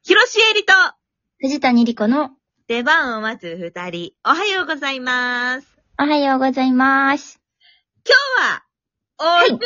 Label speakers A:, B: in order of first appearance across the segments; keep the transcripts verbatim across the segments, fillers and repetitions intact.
A: 広しえりと、
B: 藤谷莉子の
A: 出番を待つ二人、おはようございます。
B: おはようございます。
A: 今日は、お湯気スペ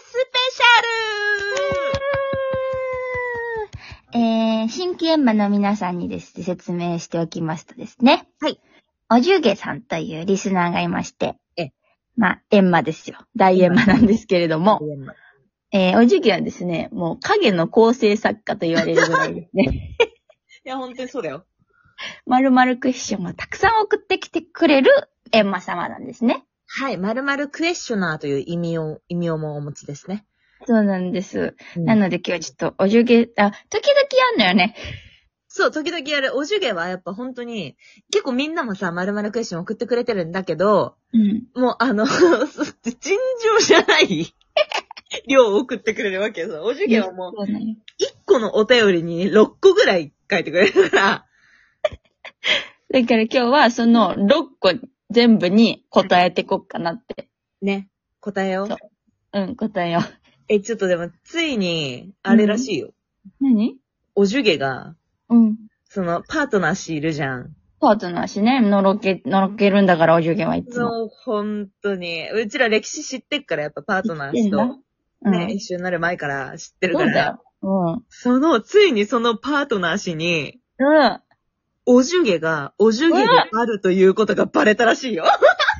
A: シャル、
B: えー、新規エンマの皆さんにですね、説明しておきますとですね。
A: はい。
B: おじゅげさんというリスナーがいまして。
A: え。
B: まあ、エンマですよ。大エンマなんですけれども。えー、おじゅげはですね、もう影の構成作家と言われるぐらいですね。
A: いや、本当にそうだよ。
B: 〇〇クエスチョンをたくさん送ってきてくれるエンマ様なんですね。
A: はい、〇〇クエスチョナーという意味を、意味をもお持ちですね。
B: そうなんです。
A: うん、
B: なので今日はちょっとおじゅげ、あ、時々やんのよね。
A: そう、時々やる。おじゅげはやっぱ本当に、結構みんなもさ、〇〇クエスチョン送ってくれてるんだけど、
B: うん。
A: もうあの、尋常じゃない量を送ってくれるわけよ。おじゅげはもう、いっこのお便りにろっこぐらい書いてくれるから。
B: だから今日はそのろっこ全部に答えてこっかなって。
A: ね。答えよう。そう。
B: うん、答えよう。
A: え、ちょっとでも、ついに、あれらしいよ。
B: うん、何？
A: おじゅげが、
B: うん。
A: その、パートナー氏いるじゃん。
B: パートナー氏ね、のろけ、のろけるんだからおじゅげはいつも。
A: そう、ほんとに。うちら歴史知ってっから、やっぱパートナー氏と、
B: うん、
A: ね、一緒になる前から知ってるから。
B: そうだよ。うん。
A: その、ついにそのパートナー氏に、
B: うん。
A: おじゅげが、おじゅげであるということがバレたらしいよ。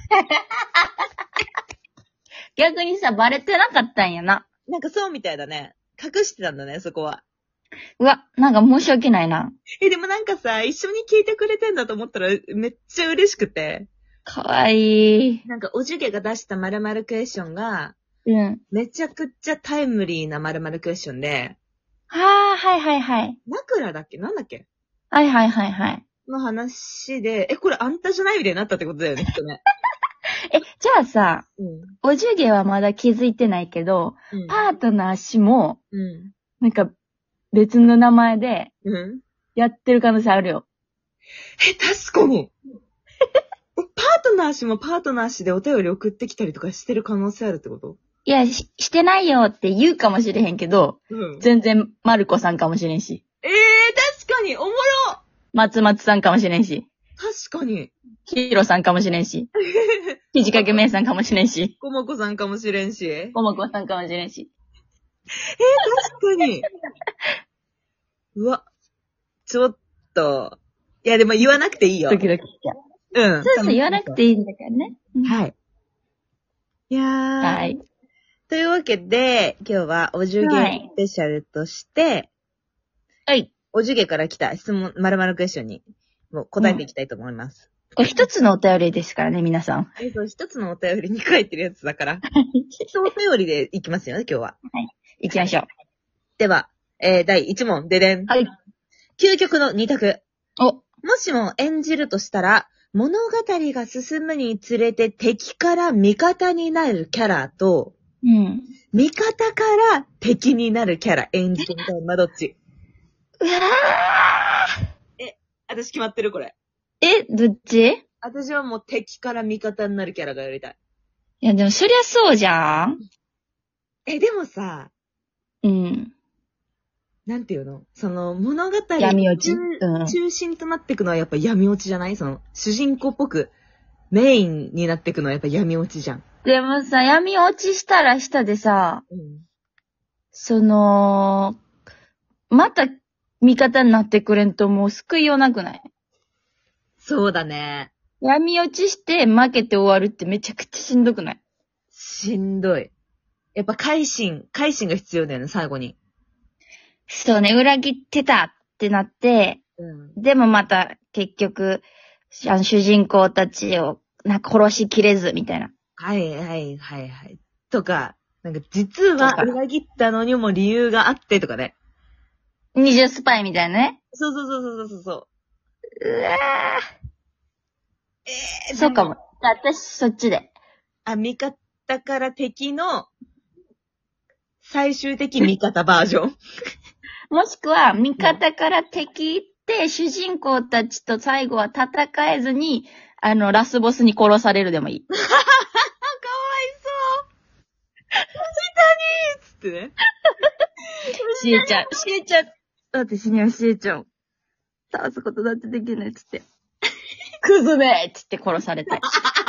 B: 逆にさ、バレてなかったんやな。
A: なんかそうみたいだね。隠してたんだね、そこは。
B: うわ、なんか申し訳ないな。
A: え、でもなんかさ、一緒に聞いてくれてんだと思ったらめっちゃ嬉しくて。
B: かわいい。
A: なんか、おじゅげが出した〇〇クエスチョンが、
B: うん。
A: めちゃくちゃタイムリーな〇〇クエスチョンで、
B: はあ、はいはいはい。
A: 枕だっけなんだっけ
B: はいはいはいはい。
A: の話で、え、これあんたじゃないみたいになったってことだよね、きっとね。
B: え、じゃあさ、
A: うん。
B: おじゅげはまだ気づいてないけど、
A: うん、
B: パートナー氏も、
A: うん。
B: なんか、別の名前で、
A: うん。
B: やってる可能性あるよ。
A: え、確かに。パートナー氏もパートナー氏でお便り送ってきたりとかしてる可能性あるってこと？
B: いや、し、してないよって言うかもしれへんけど、
A: うん。
B: 全然、マルコさんかもしれんし。
A: ええー、確かに、おもろ！
B: 松松さんかもしれんし。
A: 確かに。
B: ヒーローさんかもしれんし。ひじかけめいさんかもしれんし。
A: こもこさんかもしれんし。
B: こもこさんかもしれんし。
A: えー、確かに。うわ、ちょっと。いや、でも言わなくていいよ。
B: ドキドキしちゃう。
A: うん。
B: そうそう、言わなくていいんだからね。
A: はい。いやー。
B: はい。
A: というわけで、今日はおじゅげスペシャルとして、
B: はい。
A: おじゅげから来た質問、〇〇クエスチョンにもう答えていきたいと思います。
B: うん、これ一つのお便りですからね、皆さん。
A: え、そう、一つのお便りに書いてるやつだから。一お便りでいきますよね、今日は。
B: はい。行きましょう。
A: では、えー、だいいち問、ででん。
B: はい。
A: 究極の二択。
B: お。
A: もしも演じるとしたら、物語が進むにつれて敵から味方になるキャラと、
B: うん。
A: 味方から敵になるキャラ演じてみたいな、どっち？
B: うわ
A: ーえ、私決まってるこれ。
B: え、どっち？
A: 私はもう敵から味方になるキャラがやりたい。
B: いや、でもそりゃそうじゃん。
A: え、でもさ、
B: うん。
A: なんていうのその物語
B: 闇落ち、
A: うん、中心となっていくのはやっぱ闇落ちじゃない？その主人公っぽくメインになっていくのはやっぱ闇落ちじゃん。
B: でもさ、闇落ちしたらしたでさ、
A: うん、
B: その、また味方になってくれんともう救いようなくない？
A: そうだね。
B: 闇落ちして負けて終わるってめちゃくちゃしんどくない？
A: しんどい。やっぱ改心、改心が必要だよね、最後に。
B: そうね、裏切ってたってなって、うん、でもまた結局、あの主人公たちをなんか殺しきれずみたいな。
A: はいはいはいはい。とか、なんか実は裏切ったのにも理由があってとかね。
B: 二重スパイみたいなね。
A: そうそうそうそうそう。
B: うわぁ。
A: えー、
B: そうかも。私そっちで。
A: あ、味方から敵の最終的味方バージョン。
B: もしくは、味方から敵行って、主人公たちと最後は戦えずに、あの、ラスボスに殺されるでもいい。かわい
A: そう。藤谷つってね。
B: しえちゃん、しえちゃん。だって死にはしえちゃん。 倒すことだってできないっつって。クズめっつって殺されて。
A: あ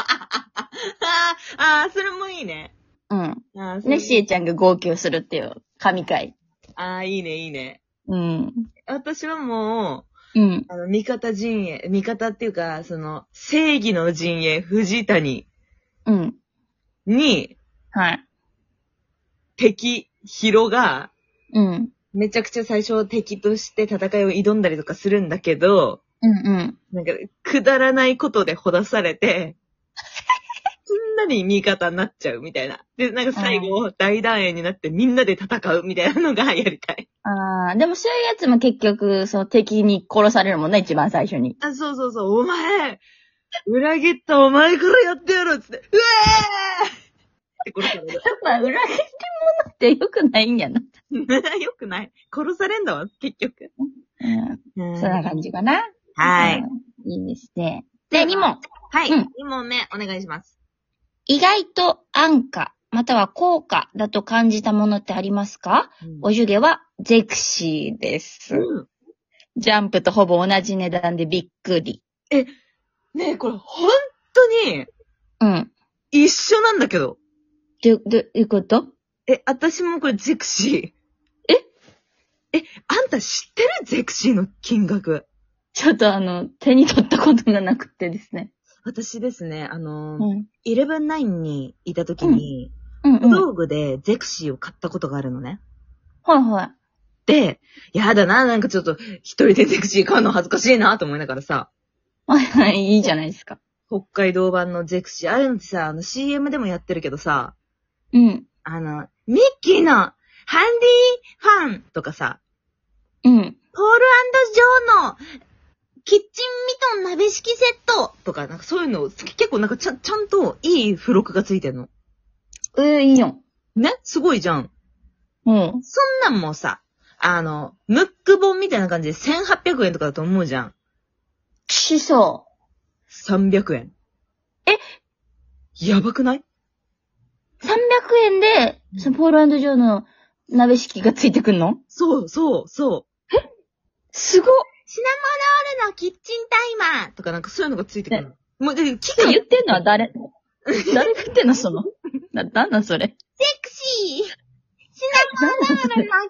A: あ、それもいいね。
B: うん。あね、しえちゃんが号泣するっていう神回。
A: ああ、いいね、いいね。
B: うん。
A: 私はも
B: う、うん。
A: あの、味方陣営、味方っていうか、その、正義の陣営、藤谷。
B: うん。
A: に、
B: はい。
A: 敵、ヒロが、
B: うん。
A: めちゃくちゃ最初敵として戦いを挑んだりとかするんだけど、
B: うんうん。
A: なんか、くだらないことでほだされて、すんなに味方になっちゃうみたいな。で、なんか最後、大団円になってみんなで戦うみたいなのがやりたい。
B: ああ、でもそういうやつも結局、その敵に殺されるもんね、一番最初に。
A: あ、そうそうそう、お前、裏切ったお前からやってやるっつって、うえーって殺される。
B: やっぱ裏切り者って良くないんやな。
A: よくない。殺されんだわ、結局。
B: うん。そんな感じかな。
A: はい。
B: いいですね。で、に問。
A: はい。うん、に問目、お願いします。
B: 意外と安価、または高価だと感じたものってありますか？うん、おじゅげはゼクシーです、うん。ジャンプとほぼ同じ値段でびっくり。
A: え、ねえ、これほんとに、
B: うん。
A: 一緒なんだけど。
B: ど、どういうこと？
A: え、私もこれゼクシー。ええ、あんた知ってる？ゼクシーの金額。
B: ちょっとあの、手に取ったことがなくてですね。
A: 私ですね、あの、うん、イレブンナインにいた時に、
B: うん、うん、うん。
A: 小道具でゼクシーを買ったことがあるのね。
B: はいはい。
A: で、やだな、なんかちょっと一人でゼクシー買うの恥ずかしいなと思いながらさ。
B: はいはい、いいじゃないですか。
A: 北海道版のゼクシー。あれってさ、あの シーエム でもやってるけどさ。
B: うん。
A: あの、ミッキーのハンディファンとかさ。
B: うん。
A: ポール&ジョーのキッチンミトン鍋敷きセットとか、なんかそういうの、結構なんかちゃん、ちゃんといい付録がついてんの。
B: えー、いいよ。
A: ね？すごいじゃん。
B: うん。
A: そんなんもさ、あの、ムック本みたいな感じでせんはっぴゃくえんとかだと思うじゃん。
B: しそう。
A: さんびゃくえん。え？やばくない？
B: さんびゃくえんで、そのポール&ジョーの鍋敷きがついてくんの？
A: そう、そう、そう。
B: え？すごっ！
A: シナモロールのキッチンタイマーとかなんかそういうのがついてくるの。もう、で、
B: 言ってんのは誰？誰が言ってんのその。な、なんなんそれ。セ
A: クシー！シナモロールのキッチンタイマーかわ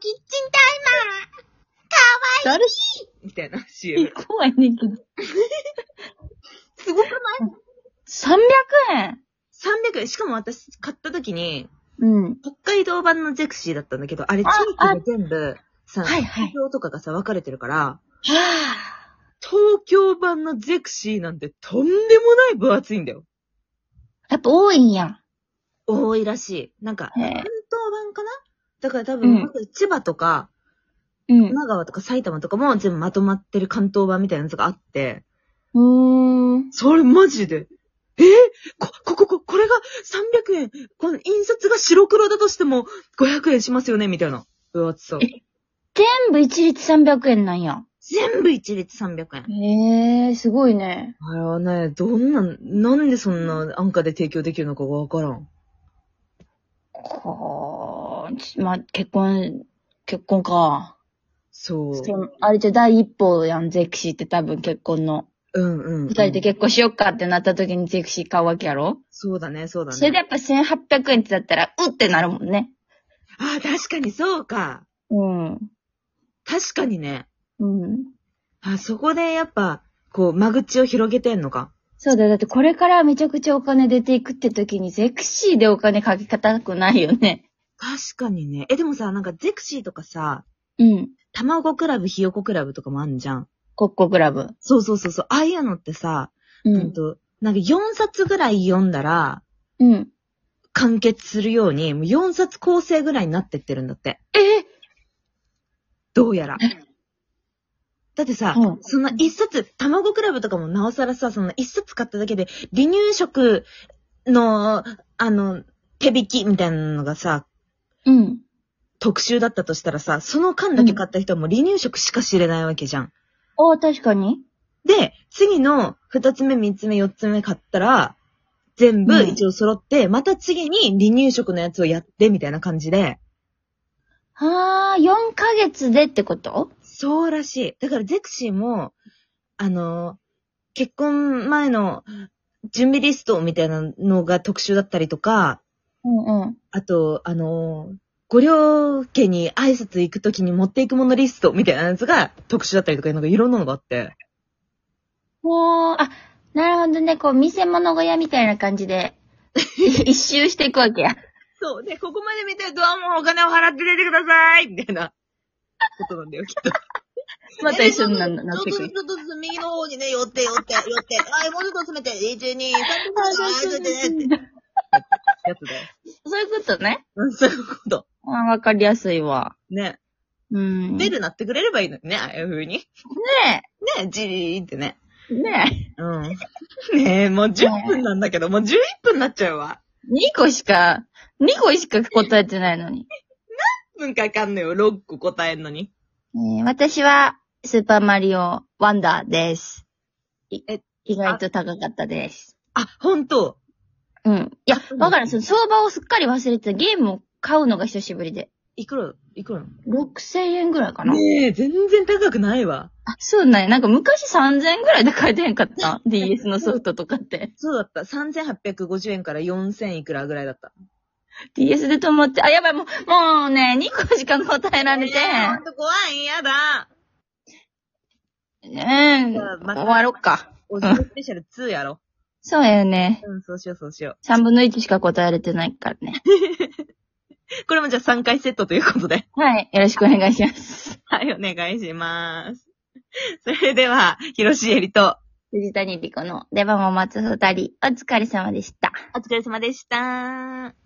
A: いい誰みたいな シーエム。
B: 怖いねんけど。
A: すごくない？
B: さんびゃくえん
A: さんびゃくえん。しかも私買った時に、
B: うん。
A: 北海道版のゼクシーだったんだけど、あれ地域が全部、さ、はいはい、東京とかがさ、分かれてるから、はぁ、東京版のゼクシーなんてとんでもない分厚いんだよ。
B: やっぱ多いんや。
A: 多いらしい。なんか、関東版かな？だから多分、うん、千葉とか、うん、神奈川とか埼玉とかも全部まとまってる関東版みたいなやつがあって、
B: うーん。
A: それマジで。えー、こ、こ、こ、こ、これがさんびゃくえん。この印刷が白黒だとしてもごひゃくえんしますよねみたいな。分厚さ。
B: 全部一律さんびゃくえんなんや。
A: 全部一律さんびゃくえん。
B: へえー、すごいね。
A: あれはね、どんな、なんでそんな安価で提供できるのかがわからん。
B: はぁ、まあ、結婚、結婚か。
A: そう。
B: そあれじゃ第一歩やん、ゼクシーって多分結婚の。
A: うんうん、うん。
B: 二人で結婚しよっかってなった時にゼクシー買うわけやろ？
A: そうだね、そうだね。
B: それでやっぱせんはっぴゃくえんってだったら、うってなるもんね。
A: ああ、確かにそうか。
B: うん。
A: 確かにね。
B: うん。
A: あ、そこでやっぱ、こう、間口を広げてんのか。
B: そうだよ。だってこれからめちゃくちゃお金出ていくって時にゼクシーでお金かけたくないよね。
A: 確かにね。え、でもさ、なんかゼクシーとかさ、
B: うん。
A: 卵クラブ、ひよこクラブとかもあんじゃん。
B: コッコクラブ。
A: そうそうそうそう。ああいうのってさ、うん。となんかよんさつぐらい読んだら、
B: うん。
A: 完結するように、もうよんさつ構成ぐらいになってってるんだって。
B: えー、
A: どうやら。だってさ、うん、その一冊、卵クラブとかもなおさらさ、その一冊買っただけで、離乳食の、あの、手引きみたいなのがさ、
B: うん。
A: 特集だったとしたらさ、その間だけ買った人はもう離乳食しか知れないわけじゃん。
B: ああ、確かに。
A: で、次の二つ目、三つ目、四つ目買ったら、全部一応揃って、うん、また次に離乳食のやつをやって、みたいな感じで。
B: はあ、よんかげつでってこと？
A: そうらしい。だからゼクシーも、 あの、結婚前の準備リストみたいなのが特集だったりとか、
B: うんうん。
A: あと、あの、ご両家に挨拶行くときに持っていくものリストみたいなやつが特集だったりとか、なんかいろんなのがあって。
B: もう、あ、なるほどね。こう、見せ物小屋みたいな感じで、一周していくわけや。
A: そう。で、ここまで見てると、あ、もうお金を払って出てくださいみたいなことなんだよ、きっと。
B: また一緒にななってくる。
A: ちょっとずつ右の方にね、寄って、寄って、寄って。はい、もうちょっと詰めて。いち、に、さん、よん、ご、ろく、なな、やつだよ。
B: そういうことね。
A: うん、そういうこと。
B: あ、わかりやすいわ。
A: ね。
B: うん。
A: ベル鳴ってくれればいいのにね、ああいう風に。
B: ね
A: ねえ、じーってね。
B: え。ね
A: うん。ねえ、もうじゅっぷんなんだけど、もうじゅういっぷんになっちゃうわ。
B: え。にこしか、にこしか答えてないのに。
A: 何分かかんのよ、ろっこ答えんのに。
B: えー私は、スーパーマリオワンダーです。い
A: え
B: 意外と高かったです。
A: あ、ほんと。
B: うん。いや
A: う、ん
B: わからん。その相場をすっかり忘れてた。ゲームを買うのが久しぶりで。
A: いくら、いくらなの
B: ろくせんえんぐらいかな。
A: ねえ、全然高くないわ。
B: あ、そうなんや。なんか昔さんぜんえんぐらいで買えてへんかった。ディーエス のソフトとかって。
A: そうだった。さんぜんはっぴゃくごじゅうえんからよんせんいくらぐらいだった。
B: ディーエス で止まって、あ、やばい、もう、もうね、にこしか答えられてへん。
A: ほんと怖い、やだ。
B: うん。
A: じゃあまた
B: 終わろっか。
A: おじスペシャルツーやろ。
B: そうやよね。
A: うん、そうしよう、そうしよ
B: さんぶんのいちしか答えられてないからね。
A: う。これもじゃあさんかいセットということで。
B: はい。よろしくお願いします。
A: はい、お願いします。それでは、広しえりと、
B: 藤谷莉子の出番を待つ二人、お疲れ様でした。
A: お疲れ様でした。